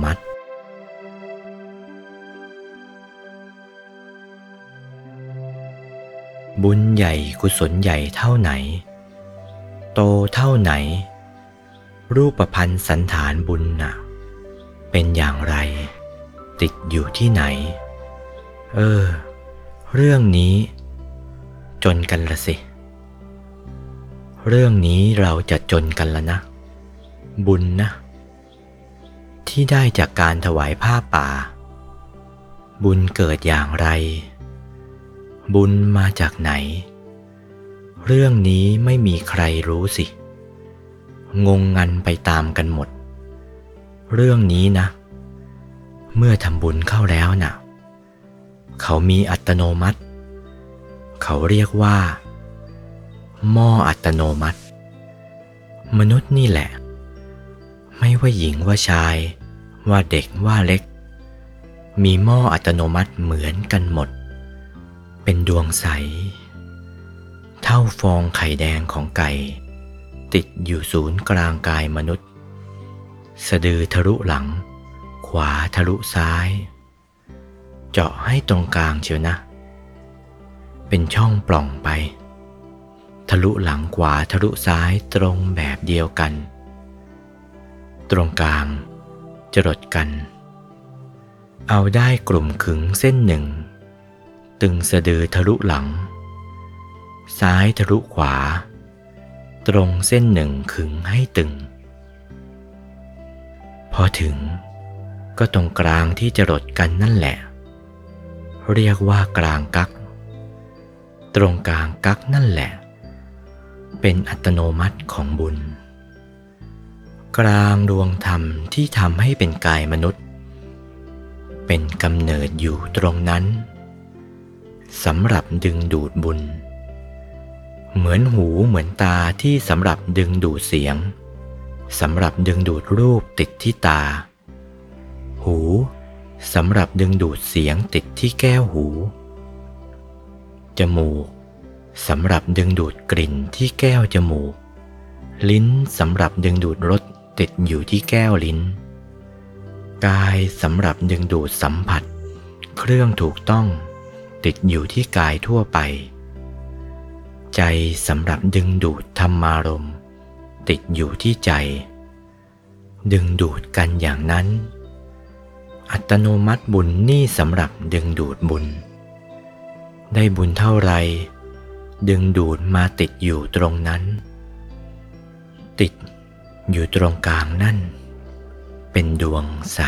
มัติบุญใหญ่กุศลใหญ่เท่าไหนโตเท่าไหนรูปพรรณสันฐานบุญน่ะเป็นอย่างไรติดอยู่ที่ไหนเรื่องนี้จนกันละสิเรื่องนี้เราจะจนกันละนะบุญนะที่ได้จากการถวายผ้าป่าบุญเกิดอย่างไรบุญมาจากไหนเรื่องนี้ไม่มีใครรู้สิงงงันไปตามกันหมดเรื่องนี้นะเมื่อทำบุญเข้าแล้วน่ะเขามีอัตโนมัติเขาเรียกว่าหม้ออัตโนมัติมนุษย์นี่แหละไม่ว่าหญิงว่าชายว่าเด็กว่าเล็กมีหม้ออัตโนมัติเหมือนกันหมดเป็นดวงใสเท่าฟองไข่แดงของไก่ติดอยู่ศูนย์กลางกายมนุษย์สะดือทะลุหลังขวาทะลุซ้ายเจาะให้ตรงกลางเชียวนะเป็นช่องปล่องไปทะลุหลังขวาทะลุซ้ายตรงแบบเดียวกันตรงกลางจรดกันเอาได้กลุ่มขึงเส้นหนึ่งตึงสะดือทะลุหลังซ้ายทะลุขวาตรงเส้นหนึ่งขึงให้ตึงพอถึงก็ตรงกลางที่จรดกันนั่นแหละเรียกว่ากลางกั๊กตรงกลางกั๊กนั่นแหละเป็นอัตโนมัติของบุญกลางดวงธรรมที่ทำให้เป็นกายมนุษย์เป็นกำเนิดอยู่ตรงนั้นสำหรับดึงดูดบุญเหมือนหูเหมือนตาที่สำหรับดึงดูดเสียงสำหรับดึงดูดรูปติดที่ตาหูสำหรับดึงดูดเสียงติดที่แก้วหูจมูกสำหรับดึงดูดกลิ่นที่แก้วจมูกลิ้นสำหรับดึงดูดรสติดอยู่ที่แก้วลิ้นกายสำหรับดึงดูดสัมผัสเครื่องถูกต้องติดอยู่ที่กายทั่วไปใจสำหรับดึงดูดธรรมารมณ์ติดอยู่ที่ใจดึงดูดกันอย่างนั้นอัตโนมัติบุญนี่สำหรับดึงดูดบุญได้บุญเท่าไรดึงดูดมาติดอยู่ตรงนั้นติดอยู่ตรงกลางนั่นเป็นดวงใส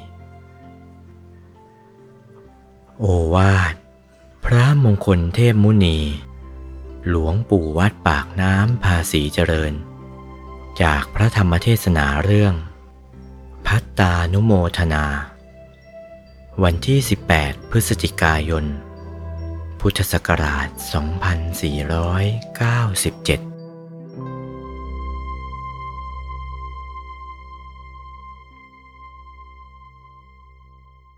โอวาทพระมงคลเทพมุนีหลวงปู่วัดปากน้ำภาษีเจริญจากพระธรรมเทศนาเรื่องภัตตานุโมทนาวันที่18พฤศจิกายนพุทธศักราช2497